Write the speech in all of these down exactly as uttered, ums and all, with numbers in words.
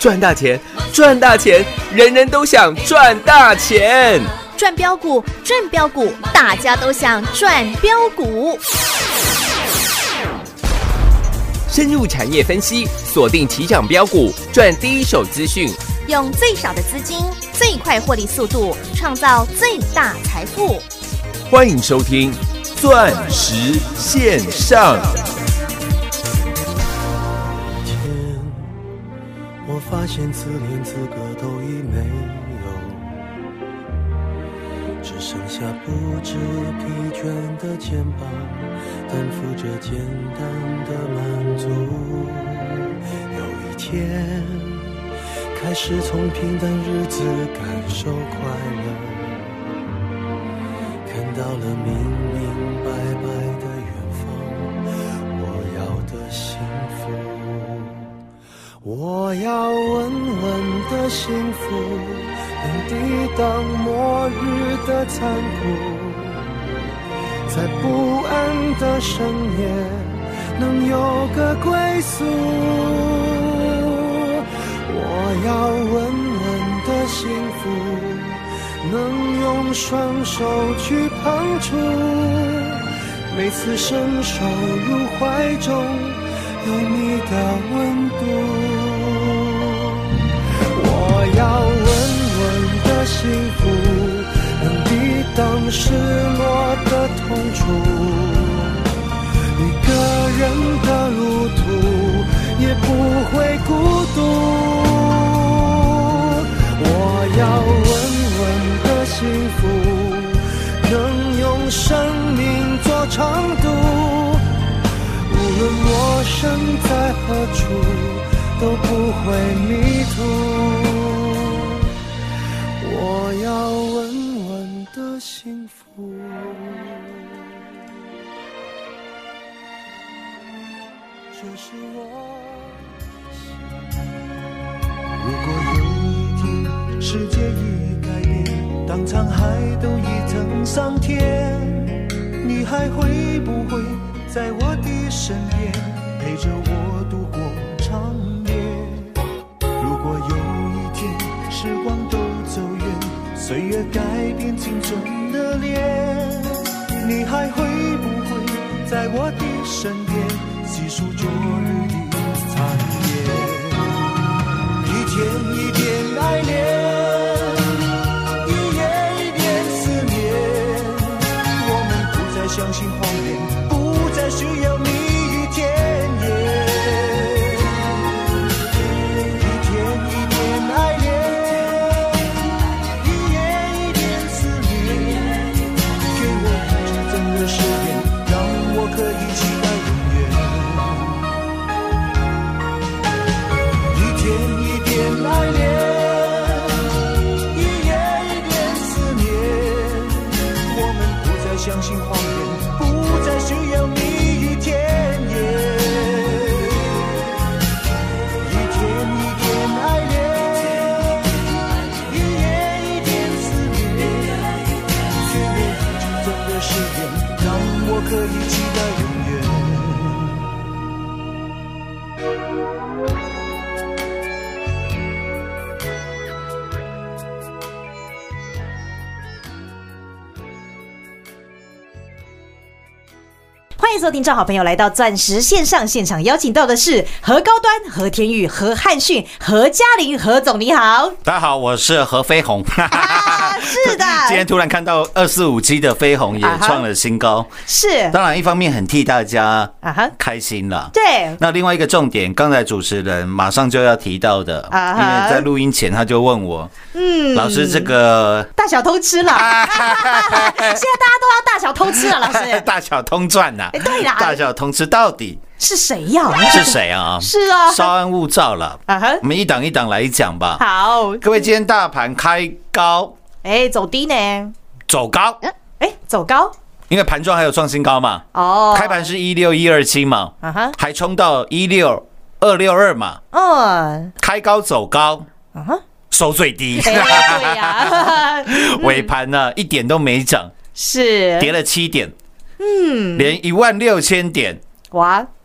赚大钱，赚大钱，人人都想赚大钱。 赚标股，赚标股，大家都想赚标股。 深入产业分析，锁定起涨标股，赚第一手资讯， 用最少的资金，最快获利速度，创造最大财富。 欢迎收听钻石线上。 以前我发现自怜资格都已没有，只剩下不知疲倦的肩膀，担负着简单的满足。有一天开始从平淡日子感受快乐，看到了明明白白的远方，我要的幸福，我要稳稳的幸福，能抵挡末日的残酷，在不安的深夜能有个归宿。我要稳稳的幸福，能用双手去碰触，每次伸手入怀中有你的温度。我要稳稳的幸福，能抵挡失落的痛楚，一个人的路途也不会孤独。我要稳稳的幸福，能用生命做长度，无论我身在何处都不会迷途。我要稳稳的幸福。这是我如果有一天世界已改变，当沧海都已登上天，你还会不会在我的身边陪着我度过长夜？如果有一天时光都走远，岁月改变青春的脸，你还会不会在我的身边细数昨日的残夜？一天一点爱恋，一夜一点思念，我们不再相信谎言，不再需要蜜语甜言。一天一点爱恋，一夜一点思念，给我不知怎的誓言，让我可以期待永远。一天一点爱恋，一夜一点思念，我们不再相信谎言，不再需要蜜语甜言。一天一点爱恋，一夜一点思念，给我不知怎的誓言，让我可以期待永远。 欢迎收听，好朋友来到钻石线上现场，邀请到的是何高端、何天玉、何汉逊、何嘉玲，何总你好。 大家好，我是何飞鸿。 啊，是的， 今天突然看到二四五七的飞鸿也创了新高， 是。 当然一方面很替大家开心了， 对。 那另外一个重点，刚才主持人马上就要提到的，因为在录音前他就问我，嗯，老师这个大小偷吃了，现在大家都要大小偷吃了，老师， 大小通赚呐。 对啦， 大小通吃到底是谁呀？ 是谁啊？ 是啊， 稍安勿躁了。我们一档一档来讲吧。 好， 各位，今天大盘开高， 哎，走低呢？ 走高， 哎，走高， 因为盘中还有创新高嘛。 哦， 开盘是一六一二七嘛，还冲到一六二六二嘛。嗯，开高走高，收最低。对呀，尾盘呢一点都没涨， 是跌了七点。嗯，连一万六千点哇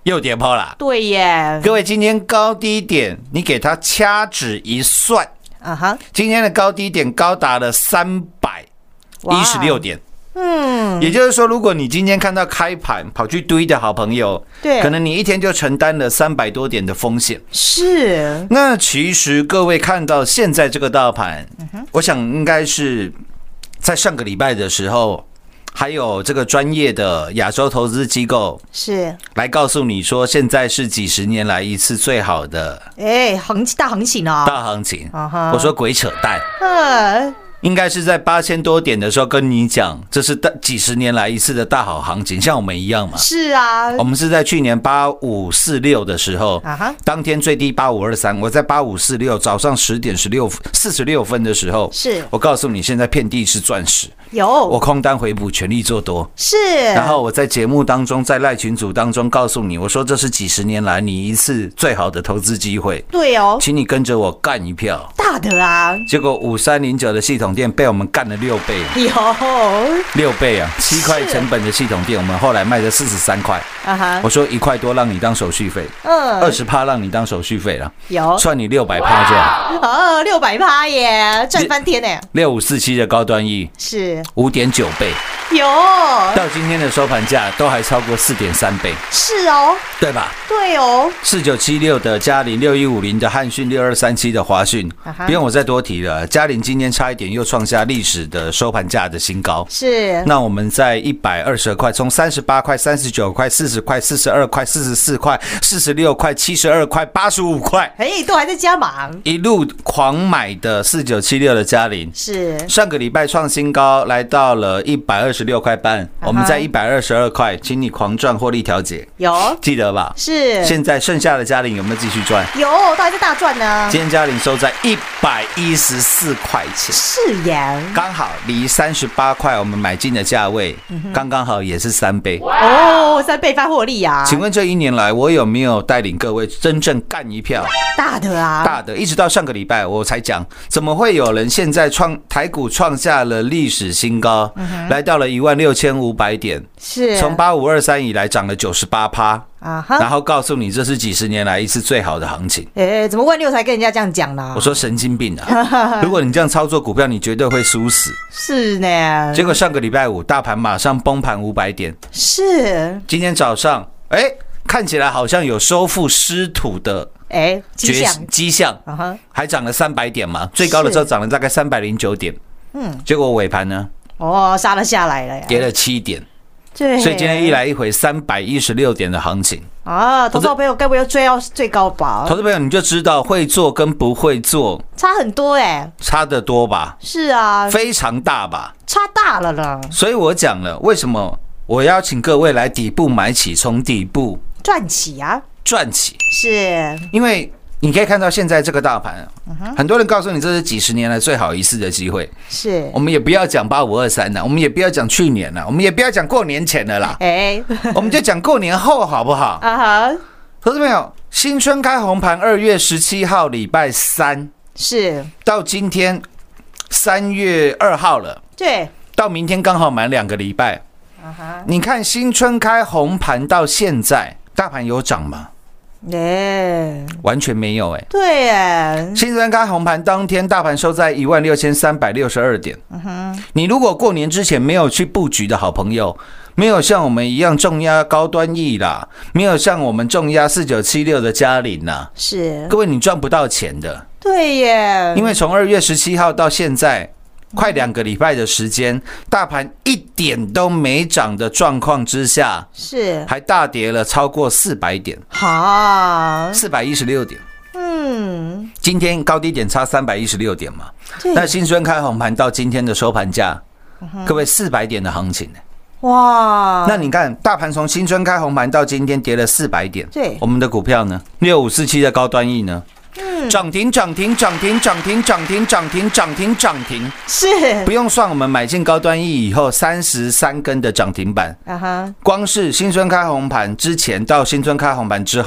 又跌破了。 对耶， 各位，今天高低点你给它掐指一算，啊哈，今天的高低点高达了三百一十六点。嗯，也就是说，如果你今天看到开盘跑去堆的好朋友，对，可能你一天就承担了三百多点的风险。 是。 那其实各位看到现在这个大盘，嗯、我想应该是在上个礼拜的时候，还有这个专业的亚洲投资机构是来告诉你说，现在是几十年来一次最好的哎行大行情哦， 大行情。我说鬼扯淡。嗯。应该是在八千多点的时候跟你讲，这是大几十年来一次的大好行情，像我们一样嘛。 是啊， 我们是在去年八五四六的时候，啊、当天最低八五二三，我在八五四六早上十点十六四十六分的时候，是我告诉你，现在遍地是钻石。 有， 我空单回补，全力做多。 是， 然后我在节目当中，在赖群组当中告诉你，我说这是几十年来你一次最好的投资机会。 对哦， 请你跟着我干一票。 大的啊！ 结果五三零九的系统店被我们干了六倍。 有六倍啊！七块成本的系统店，我们后来卖了四十三块。啊哈！我说一块多让你当手续费，嗯，二十趴让你当手续费了。有，算你六百趴这样。 哦，六百趴耶，赚翻天呢！ 六五四七的高端 E 是。 五点九倍， 有到今天的收盘价都还超过四点三倍， 是哦， 对吧？ 对哦， 四九七六的嘉麟，六一五零的汉讯，六二三七的华讯，不用我再多提了。嘉麟今天差一点又创下历史的收盘价的新高，是。那我们在一百二十块，从三十八块、三十九块、四十块、四十二块、四十四块、四十六块、七十二块、八十五块， 哎，都还在加码， 一路狂买的四九七六的嘉麟，是上个礼拜创新高，来到了一百二十六块半，我们在一百二十二块，请你狂赚获利调节，有记得吧？是。现在剩下的嘉麟有没有继续赚？ 有，都还在大赚呢。 今天嘉麟收在一百一十四块钱， 是呀， 刚好离三十八块我们买进的价位，刚刚好也是三倍。 哦，三倍发获利啊！ 请问这一年来，我有没有带领各位真正干一票大的啊？ 大的，一直到上个礼拜我才讲，怎么会有人现在创台股创下了历史新高，嗯、来到了一万六千五百点，是从八五二三以来涨了九十八趴。啊、然后告诉你这是几十年来一次最好的行情。 哎、欸，怎么万六才跟人家这样讲呢？ 我说神经病啊！如果你这样操作股票，你绝对会输死。 是呢。 结果上个礼拜五大盘马上崩盘五百点。是。今天早上，哎、欸，看起来好像有收复失土的哎迹象，迹象，还涨了三百点嘛，最高的时候涨了大概三百零九点。嗯。结果尾盘呢？ 哦，杀了下来了呀， 跌了七点。对，所以今天一来一回三百一十六点的行情啊，投资朋友该不会要追到最高吧？ 投资朋友你就知道会做跟不会做差很多哎、欸， 差得多吧？ 是啊， 非常大吧？ 差大了啦。 所以我讲了，为什么我邀请各位来底部买起，从底部赚起啊， 赚起， 是因为。你可以看到现在这个大盘，很多人告诉你这是几十年来最好一次的机会。是，我们也不要讲八五二三了，我们也不要讲去年了，我们也不要讲过年前的啦。哎，我们就讲过年后好不好？啊哈，投资朋友，新春开红盘，二月十七号礼拜三，是到今天三月二号了。对，到明天刚好满两个礼拜。啊哈，你看新春开红盘到现在，大盘有涨吗？耶、yeah ，完全没有哎、欸。对耶，新春开红盘当天，大盘收在一万六千三百六十二点。嗯哼，你如果过年之前没有去布局的好朋友，没有像我们一样重压高端 E 啦，没有像我们重压四九七六的嘉麟啦，是各位你赚不到钱的。对耶，因为从二月十七号到现在。快两个礼拜的时间，大盘一点都没涨的状况之下，是还大跌了超过四百点，好，四百一十六点。嗯，今天高低点差三百一十六点嘛，那新春开红盘到今天的收盘价，嗯、各位四百点的行情呢？哇，那你看大盘从新春开红盘到今天跌了四百点，对，我们的股票呢，六五四七的高端 E 呢？涨停涨停涨停涨停涨停涨停涨停涨停，是不用算我们买进高端 E 以后三十三根的涨停板，啊哈，光是新春开红盘之前到新春开红盘之后，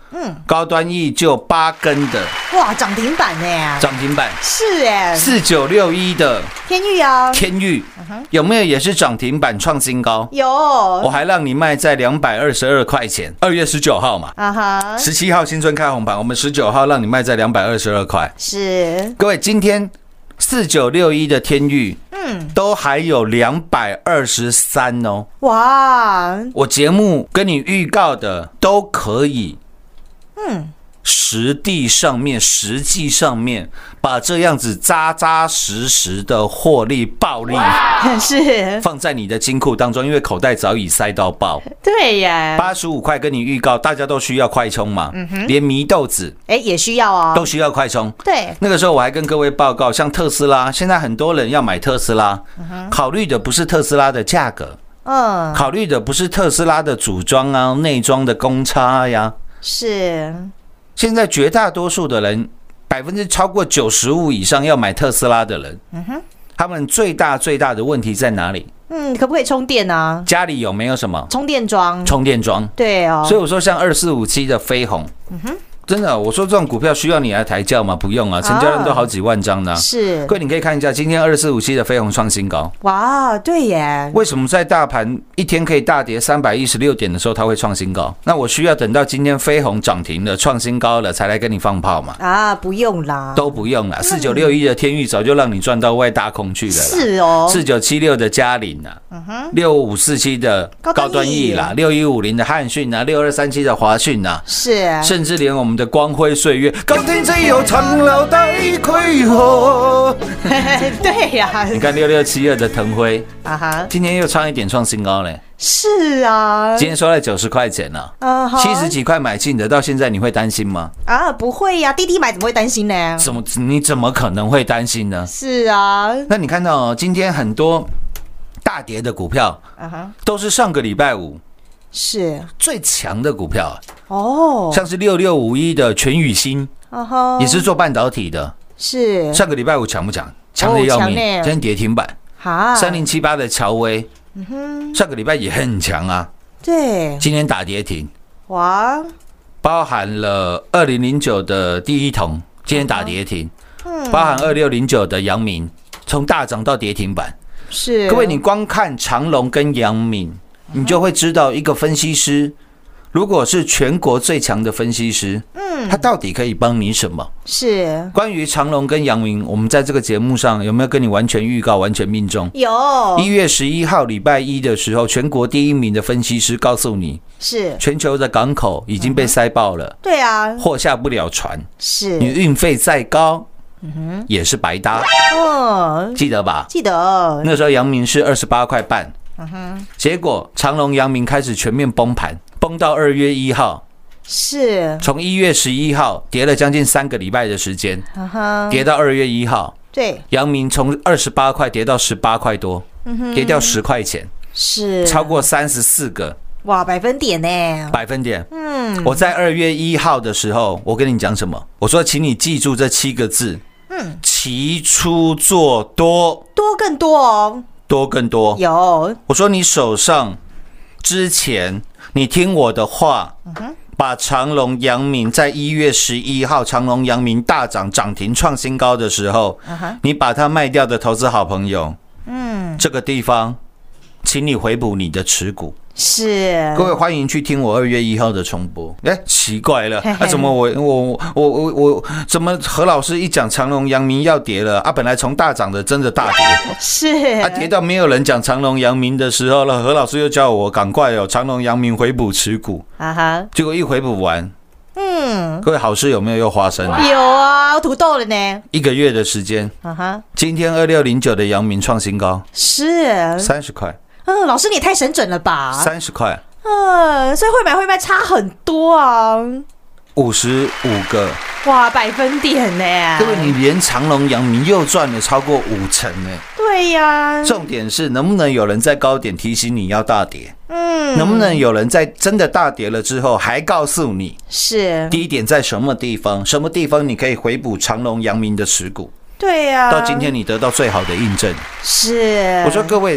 嗯，高端 E 就八根的， 哇，涨停板呢？ 涨停板是哎， 四九六一的天钰啊， 天钰、uh-huh. 有没有也是涨停板创新高？ 有， 我还让你卖在两百二十二块钱，二月十九号嘛，啊哈，十七号新春开红盘，我们十九号让你卖在两百二十二块， 是， 各位今天四九六一的天钰，嗯，都还有两百二十三哦，哇，我节目跟你预告的都可以，嗯。实地上面，实际上面，把这样子扎扎实实的获利暴利是放在你的金库当中，因为口袋早已塞到爆。 对呀， 八十五块跟你预告，大家都需要快充嘛，嗯、连迷豆子哎也需要哦， 都需要快充。 对， 那个时候我还跟各位报告，像特斯拉，现在很多人要买特斯拉，嗯、考虑的不是特斯拉的价格，嗯，考虑的不是特斯拉的组装啊、内装的公差呀， 是。 现在绝大多数的人，百分之超过九十五以上要买特斯拉的人，嗯哼，他们最大最大的问题在哪里？ 嗯，可不可以充电啊？ 家里有没有什么充电桩？ 充电桩， 对哦。 所以我说，像二四五七的飞鸿，嗯哼。真的，我说这种股票需要你来抬轿吗？不用啊，成交量都好几万张呢、啊。是，各位你可以看一下，今天二四五七的飞鸿创新高。 哇，对耶！ 为什么在大盘一天可以大跌三百一十六点的时候，它会创新高？那我需要等到今天飞鸿涨停了、创新高了，才来跟你放炮嘛？ 啊，不用啦， 都不用啦。四九六一的天钰早就让你赚到外大空去了啦。 是哦。 四九七六的嘉麟啊，嗯哼，六五四七的高端 E 啦，六一五零的汉讯啊，六二三七的华讯啊， 是， 甚至连我们的光辉岁月。今天只有长老带亏荷。 对呀、啊， 你看六六七二的腾辉啊哈，今天又差一点创新高嘞。 是啊， 今天收在九十块钱了，啊，七十几块买进的，到现在你会担心吗？ 啊，不会呀、啊，滴滴买怎么会担心呢？ 怎么你怎么可能会担心呢？ 是啊， 那你看到、哦、今天很多大跌的股票，啊哈，都是上个礼拜五。是最强的股票哦，像是六六五一的全宇新，也是做半导体的。是上个礼拜五强不强？强的要命，今天跌停板。好，三零七八的乔威，嗯哼，上个礼拜也很强啊。对，今天打跌停。哇，包含了二零零九的第一铜，今天打跌停。嗯，包含二六零九的阳明，从大涨到跌停板。是，各位，你光看长荣跟阳明。你就会知道，一个分析师如果是全国最强的分析师，嗯，他到底可以帮你什么？是关于长荣跟阳明，我们在这个节目上有没有跟你完全预告、完全命中？有。一月十一号礼拜一的时候，全国第一名的分析师告诉你，是全球的港口已经被塞爆了，对啊，货下不了船，是你运费再高。嗯哼，也是白搭哦，记得吧？记得。那时候阳明是二十八块半。结果长荣、阳明开始全面崩盘，崩到二月一号，是从一月十一号跌了将近三个礼拜的时间，跌到二月一号。对，阳明从二十八块跌到十八块多，跌掉十块钱，是超过三十四个哇百分点呢，百分点。嗯，我在二月一号的时候，我跟你讲什么？我说，请你记住这七个字，嗯，期出做多，多更多哦。多更多有，我说你手上之前，你听我的话，嗯、把长荣、阳明在一月十一号长荣、阳明大涨涨停创新高的时候，嗯、你把它卖掉的投资好朋友，嗯，这个地方，请你回补你的持股。是，各位欢迎去听我二月一号的重播。哎、欸，奇怪了，啊，怎么我我我我我怎么何老师一讲长荣、阳明要跌了啊？本来从大涨的真的大跌，是啊，跌到没有人讲长荣、阳明的时候了，何老师又叫我赶快哦，长荣、阳明回补持股啊哈，结果一回补完，嗯，各位好事有没有又发生了？有啊，土豆了呢，一个月的时间啊哈，今天二六零九的阳明创新高，是三十块。嗯，老师你也太神准了吧！三十块，嗯，所以会买会卖差很多啊，五十五个，哇，百分点呢！各位，你连长荣、阳明又赚了超过五成呢。对呀，重点是能不能有人在高点提醒你要大跌？嗯，能不能有人在真的大跌了之后还告诉你是低点在什么地方？什么地方你可以回补长荣、阳明的持股？对呀，到今天你得到最好的印证。是，我说各位。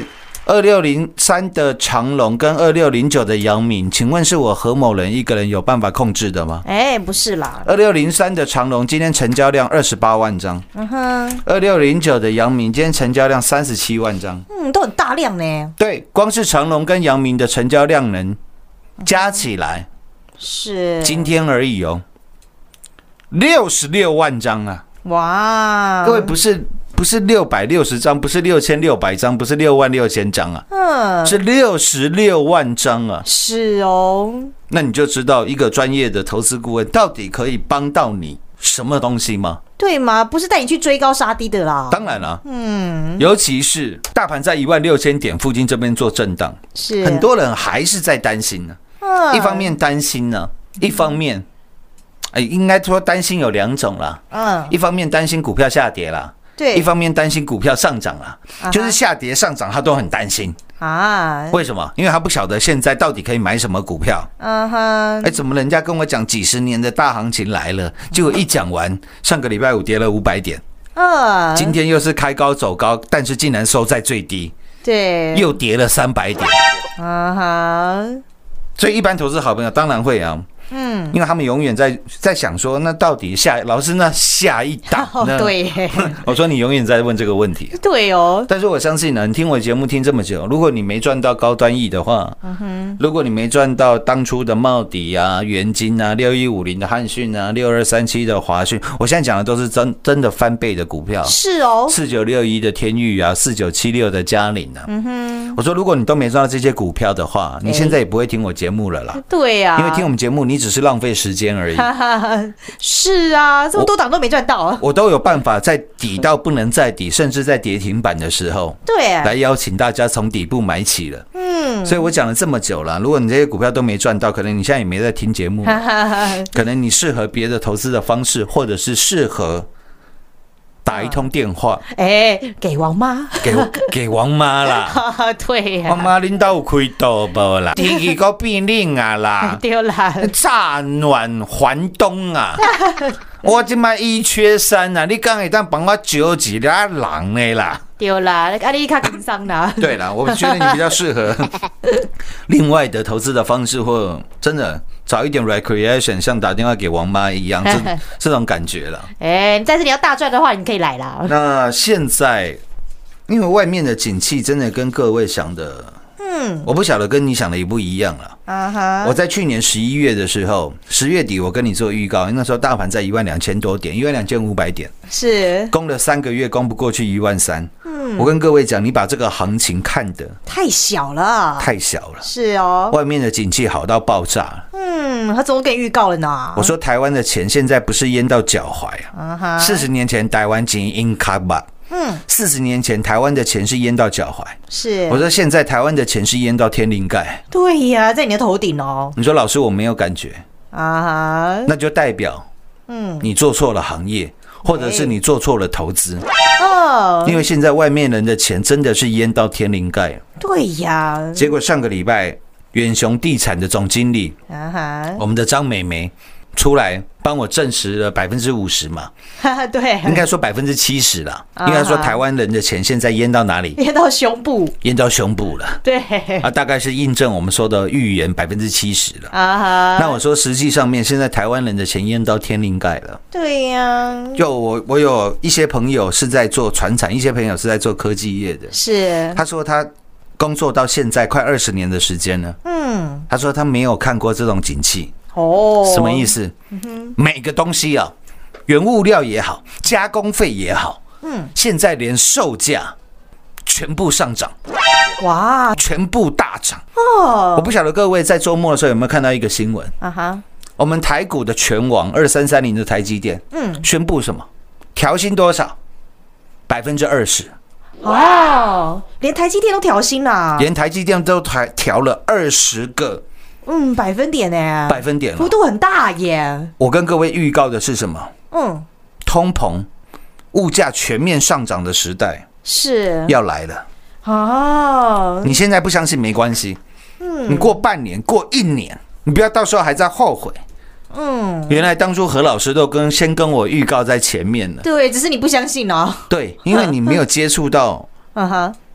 二六零三的长荣跟二六零九的阳明，请问是我何某人一个人有办法控制的吗？ 哎，不是啦。 二六零三的长荣今天成交量二十八万张，嗯哼。二六零九的阳明今天成交量三十七万张， 嗯，都很大量呢。 对，光是长荣跟阳明的成交量能加起来， 是今天而已哦，六十六万张啊！ 哇， 各位不是。不是六百六十张，不是六千六百张，不是六万六千张啊，嗯，是六十六万张啊， 是哦。 那你就知道一个专业的投资顾问到底可以帮到你什么东西吗？ 对吗？不是带你去追高杀低的啦。 当然了，嗯，尤其是大盘在一万六千点附近这边做震荡，是很多人还是在担心呢、啊。嗯、一方面担心呢，一方面，哎，应该说担心有两种啦。嗯，一方面担心股票下跌啦。对，一方面担心股票上涨了， uh-huh. 就是下跌上涨他都很担心啊。为什么？因为他不晓得现在到底可以买什么股票。嗯哼，哎，怎么人家跟我讲几十年的大行情来了，结果一讲完，上个礼拜五跌了五百点，uh-huh. 今天又是开高走高，但是竟然收在最低，对，又跌了三百点。啊哈，所以一般投资好朋友当然会啊。嗯，因为他们永远在在想说，那到底下老师那下一档呢？哦、对，我说你永远在问这个问题。对哦，但是我相信呢，你听我节目听这么久，如果你没赚到高端 E 的话，嗯哼，如果你没赚到当初的茂迪啊、元金啊、六一五零的汉讯啊、六二三七的华讯，我现在讲的都是真真的翻倍的股票。是哦，四九六一的天钰啊，四九七六的嘉麟啊，嗯哼，我说如果你都没赚到这些股票的话，你现在也不会听我节目了啦。对呀、啊，因为听我们节目你只是浪费时间而已。是啊，这么多档都没赚到啊！我都有办法在底到不能再底，甚至在跌停板的时候，对、啊，来邀请大家从底部买起了。嗯，所以我讲了这么久了，如果你这些股票都没赚到，可能你现在也没在听节目，可能你适合别的投资的方式，或者是适合打一通电话，哎、欸，给王妈，给给王妈啦，对呀、啊，王妈领导有开刀无啦？天气个变冷啊啦，对啦，乍暖还冬啊，我即摆一缺三啊，你敢会当帮我招一个人的啦？对啦，啊你较轻松啦。对啦，我觉得你比较适合另外的投资的方式，或真的找一点 recreation， 像打电话给王妈一样，这这种感觉了。哎、欸，但是你要大赚的话，你可以来啦。那现在，因为外面的景气真的跟各位想的，嗯，我不晓得跟你想的也不一样了。啊哈！我在去年十一月的时候，十月底我跟你做预告，那时候大盘在一万两千多点，一万两千五百点，是攻了三个月，攻不过去一万三。嗯，我跟各位讲，你把这个行情看得太小了，太小了。是哦，外面的景气好到爆炸了。嗯，他怎么给你预告了呢？我说台湾的钱现在不是淹到脚踝啊！四十年前台湾钱淹卡巴。嗯，四十年前台湾的钱是淹到脚踝，是我说现在台湾的钱是淹到天灵盖。对呀、啊，在你的头顶哦。你说老师我没有感觉啊，那就代表嗯你做错了行业，或者是你做错了投资哦。因为现在外面人的钱真的是淹到天灵盖。对呀，结果上个礼拜远雄地产的总经理啊哈，我们的张美眉出来帮我证实了百分之五十嘛，对，应该说百分之七十了。应该说台湾人的钱现在淹到哪里？淹到胸部，淹到胸部了。对，啊，大概是印证我们说的预言百分之七十了。啊，那我说实际上面现在台湾人的钱淹到天灵盖了。对呀、啊，就我我有一些朋友是在做传产，一些朋友是在做科技业的。是，他说他工作到现在快二十年的时间了。嗯，他说他没有看过这种景气。哦，什么意思？嗯、每个东西啊，原物料也好，加工费也好，嗯，现在连售价全部上涨，哇，全部大涨。哦，我不晓得各位在周末的时候有没有看到一个新闻？啊哈，我们台股的拳王二三三零的台积电，嗯，宣布什么？调薪多少？百分之二十。哦，连台积电都调薪了，连台积电都调了二十个。嗯，百分点呢？百分点，幅度很大耶。我跟各位预告的是什么？嗯，通膨、物价全面上涨的时代是要来了。哦，你现在不相信没关系，嗯，你过半年、过一年，你不要到时候还在后悔。嗯，原来当初何老师都跟先跟我预告在前面了。对，只是你不相信哦。对，因为你没有接触到。嗯哼。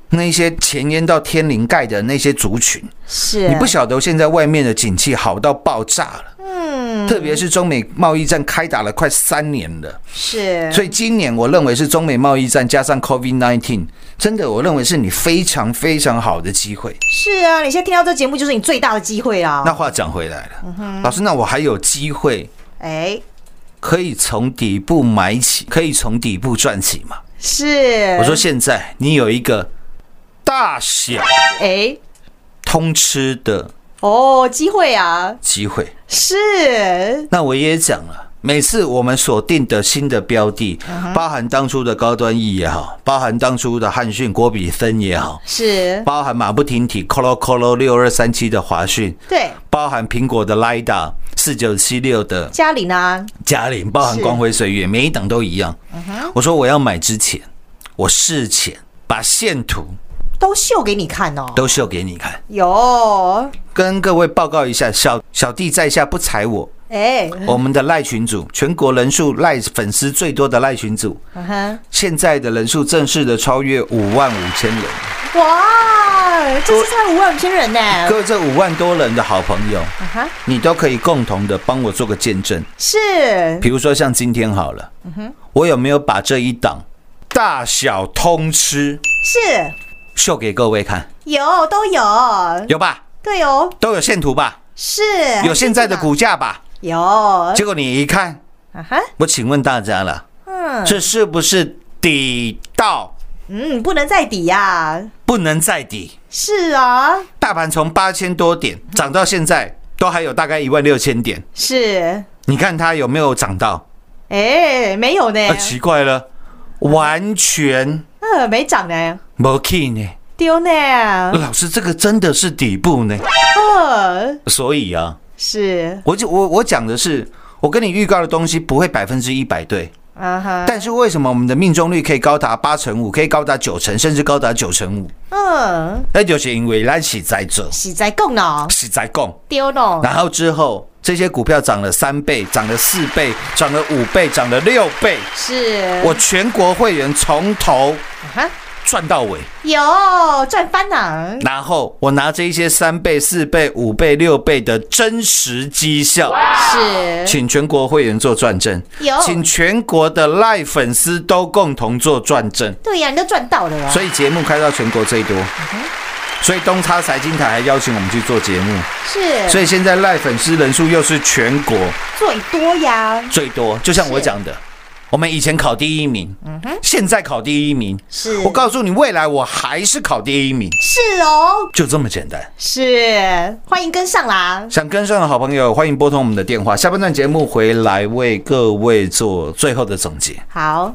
那些钱淹到天灵盖的那些族群， 是你不晓得现在外面的景气好到爆炸了。嗯，特别是中美贸易战开打了快三年了， 是， 所以今年我认为是中美贸易战加上 COVID 十九， 真的我认为是你非常非常好的机会。 是啊，你现在听到这节目就是你最大的机会啦。 那话讲回来了，嗯、老师，那我还有机会，哎，可以从底部买起，可以从底部赚起吗？ 是， 我说现在你有一个大小哎通吃的哦机会啊， 机会是。 那我也讲了，每次我们锁定的新的标的，嗯、包含当初的高端 E 也好，包含当初的汉讯、国比森也好， 是， 包含马不停蹄 Colo Colo 六二三七的华讯， 对， 包含苹果的 Lida 四九七六的嘉玲啊， 嘉玲，包含光辉岁月，每一档都一样。嗯、我说我要买之前，我事前把线图都秀给你看哦， 都秀给你看。 有跟各位报告一下，小小弟在下不踩我。哎，我们的赖群组，全国人数赖粉丝最多的赖群组， uh-huh. 现在的人数正式的超越五万五千人。 哇，这是才五万五千人呢！ 各位这五万多人的好朋友， uh-huh. 你都可以共同的帮我做个见证。 是， 比如说像今天好了， uh-huh. 我有没有把这一档大小通吃是秀给各位看？ 有，都有， 有吧？ 对哦， 都有线图吧？ 是， 有现在的股价吧？ 有。 结果你一看，啊哈，我请问大家了，嗯，这是不是底到？ 嗯，不能再底呀、啊， 不能再底。 是啊， 大盘从八千多点涨到现在，都还有大概一万六千点。 是， 你看它有没有涨到？ 哎、欸，没有呢。啊， 奇怪了，完全呃没涨呢， 没起呢。 丢呢， 老师，这个真的是底部呢。呃，所以啊， 是我就我我讲的是，我跟你预告的东西不会百分之一百对。Uh-huh. 但是为什么我们的命中率可以高达八成五，可以高达九成，甚至高达九成五？嗯，那就是因为咱是在做， 是在讲呢， 是在讲丢呢。 然后之后这些股票涨了三倍，涨了四倍，涨了五倍，涨了六倍， 是我全国会员从头赚到尾， 有赚翻了。 然后我拿这一些三倍、四倍、五倍、六倍的真实绩效， 是请全国会员做转正， 有请全国的赖粉丝都共同做转正。 对呀、啊，你都赚到了啦。 所以节目开到全国最多，嗯、所以东差财经台还邀请我们去做节目， 是。 所以现在赖粉丝人数又是全国最多呀， 最多。就像我讲的。我们以前考第一名，嗯、现在考第一名， 是我告诉你，未来我还是考第一名， 是哦， 就这么简单。 是，欢迎跟上啦！ 想跟上的好朋友，欢迎拨通我们的电话。下半段节目回来为各位做最后的总结。 好。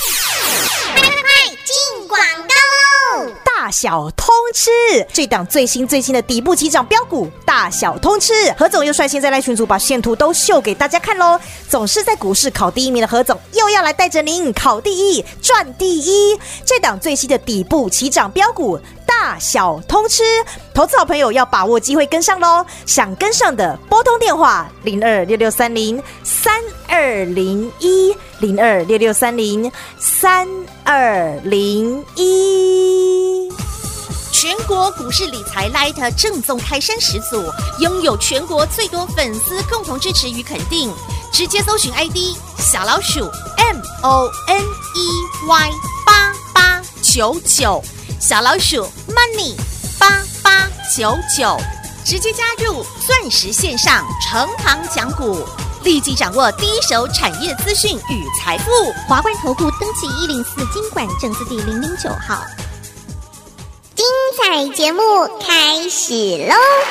大小通吃，这档最新最新的底部起涨标股大小通吃，何总又率先在赖群组把线图都秀给大家看喽。总是在股市考第一名的何总又要来带着您考第一赚第一。这档最新的底部起涨标股大小通吃，投资好朋友要把握机会跟上喽。想跟上的拨通电话零二六六三零三二零一零二六六三零三二零一。 全国股市理财 Lite 正宗开山始祖，拥有全国最多粉丝共同支持与肯定。直接搜寻 I D 小老鼠 M O N E Y 八八九九，小老鼠 Money 八八九九，直接加入钻石线上成行讲股，立即掌握第一手产业资讯与财富。 华冠投顾登记一零四金管证字第零零九号。精彩节目开始喽！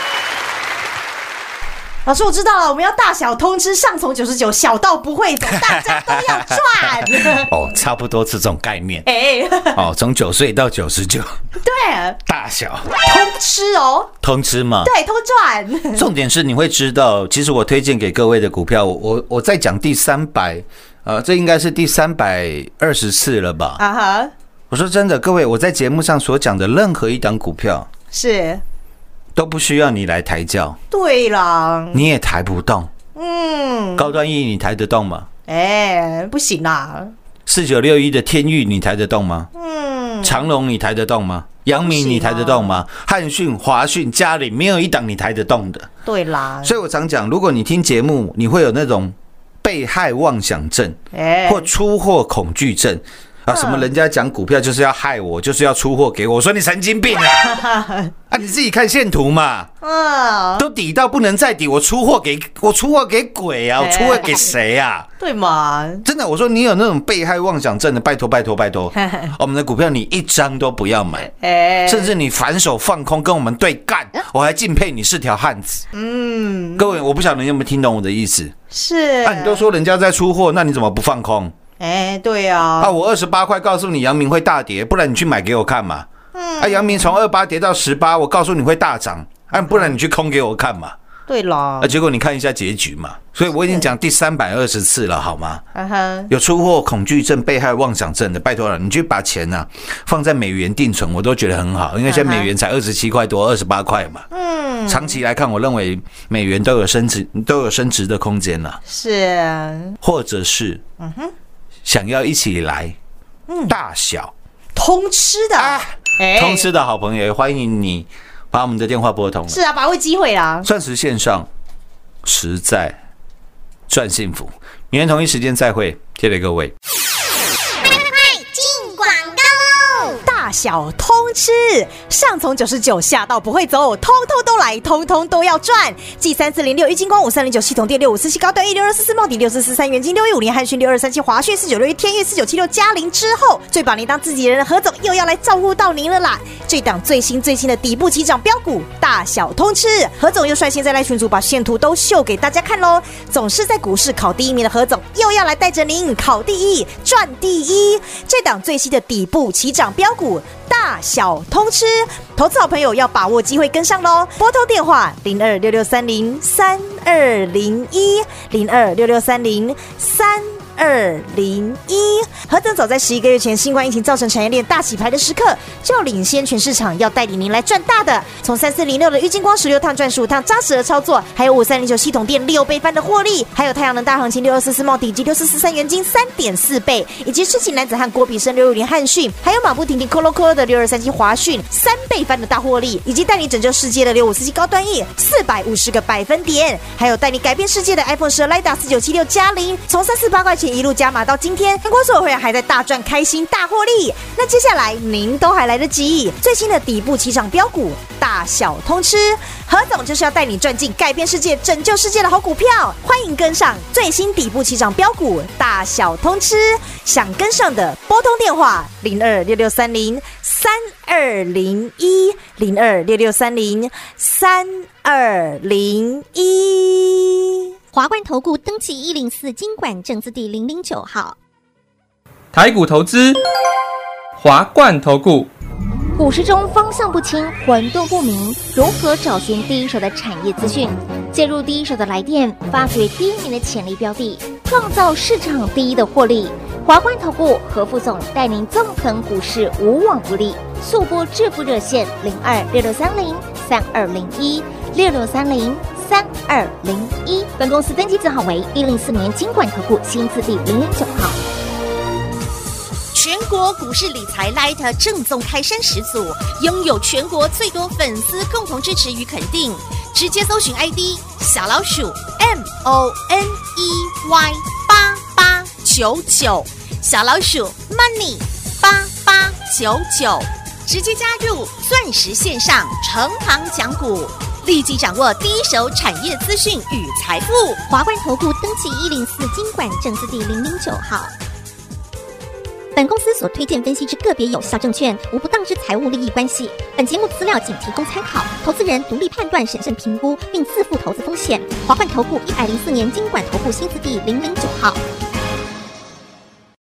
老师，我知道了，我们要大小通吃，上从九十九，小到不会走，大家都要赚。 哦，差不多是这种概念。哎、欸，哦，从九岁到九十九， 对， 大小通吃哦， 通吃嘛， 对，通赚。 重点是你会知道，其实我推荐给各位的股票，我我我在讲第三百，呃，这应该是第三百二十次了吧？啊哈、uh-huh。我说真的，各位，我在节目上所讲的任何一档股票是都不需要你来抬轿， 对啦， 你也抬不动。嗯，高端 E 你抬得动吗？ 哎、欸，不行啦。 四九六一的天鈺你抬得动吗？嗯，长荣你抬得动吗？ 阳明你抬得动吗？汉讯、华讯、嘉麟没有一档你抬得动的。 对啦， 所以我常讲，如果你听节目，你会有那种被害妄想症，或出货恐惧症。啊，什么人家讲股票就是要害我，就是要出货给我，我说你神经病啊！啊，你自己看线图嘛，都底到不能再底，我出货给我出货给鬼啊，我出货给谁啊？ 对嘛？ 真的，我说你有那种被害妄想症的，拜托拜托拜托，我们的股票你一张都不要买，甚至你反手放空跟我们对干，我还敬佩你是条汉子。嗯，各位，我不晓得你有没有听懂我的意思？ 是啊，你都说人家在出货，那你怎么不放空？ 哎、欸，对啊， 啊，我二十八块告诉你阳明会大跌，不然你去买给我看嘛。嗯，啊，阳明从二八跌到十八，我告诉你会大涨，啊，不然你去空给我看嘛。 对啦， 啊，结果你看一下结局嘛。所以我已经讲第三百二十次了，好吗？ 嗯哼， 有出货恐惧症、被害妄想症的，拜托了，你去把钱啊放在美元定存，我都觉得很好，因为现在美元才二十七块多，二十八块嘛。嗯，长期来看，我认为美元都有升值，都有升值的空间了。 是啊， 或者是，嗯哼。想要一起来，大小通吃的，啊欸、通吃的好朋友，欢迎你把我们的电话拨通了。 是啊，把握机会啦！ 钻石线上实在赚幸福，明天同一时间再会，谢谢各位。 大小通吃，上从九十九，下到不会走，通通都来，通通都要赚。继三四零六玉金光、五三零九系统店、六五四七高端、一六二四四茂底、六四四三元金、六一五零汉讯、六二三七华讯、四九六一天域、四九七六嘉麟之后，最把您当自己人的何总又要来照顾到您了啦！这档最新最新的底部起涨标股，大小通吃，何总又率先在赖群组把线图都秀给大家看喽。总是在股市考第一名的何总又要来带着您考第一，赚第一。这档最新的底部起涨标股。大小通吃，投资好朋友要把握机会跟上喽！拨通电话零二六六三零三二零一零二六六三零三二零一。何总早在十一个月前，新冠疫情造成产业链大洗牌的时刻，就领先全市场，要带领您来赚大的。从三四零六的玉金光十六趟赚十五趟扎实的操作，还有五三零九系统店六倍翻的获利，还有太阳能大行情六二四四茂底及六四四三元金三点四倍，以及痴情男子汉郭比生六五零汉讯，还有马不停蹄 Colo Colo 的六二三七华讯三倍翻的大获利，以及带你拯救世界的六五四七高端 E 四百五十个百分点，还有带你改变世界的 iPhone 十二 Lida 四九七六嘉麟，从三四八块钱一路加码到今天，全国所有会员还在大赚开心大获利。那接下来您都还来得及，最新的底部起涨标股，大小通吃，何总就是要带你赚进改变世界、拯救世界的好股票，欢迎跟上最新底部起涨标股，大小通吃。想跟上的拨通电话零二六六三零三二零一零二六六三零三二零一。 华冠投顾登记一零四金管证字第零零九号。 台股投资，华冠投顾。 股市中方向不清、混沌不明，如何找寻第一手的产业资讯？介入第一手的来电，发掘第一名的潜力标的，创造市场第一的获利。华冠投顾何副总带领纵横股市，无往不利。速播致富热线零二六六三零三二零一六六三零三二零一。本公司登记字号为一零四年金管投顾新字第零零九号。 全国股市理财 Lite 正宗开山始祖，拥有全国最多粉丝共同支持与肯定。直接搜寻 I D 小老鼠 M O N E Y 八八九九，小老鼠 Money 八八九九，直接加入钻石线上成行讲股，立即掌握第一手产业资讯与财富。 华冠投顾登记一零四金管证字第零零九号。本公司所推荐分析之个别有效证券，无不当之财务利益关系。本节目资料仅提供参考，投资人独立判断、审慎评估，并自负投资风险。华冠投顾一百零四年金管投顾新字第零零九号。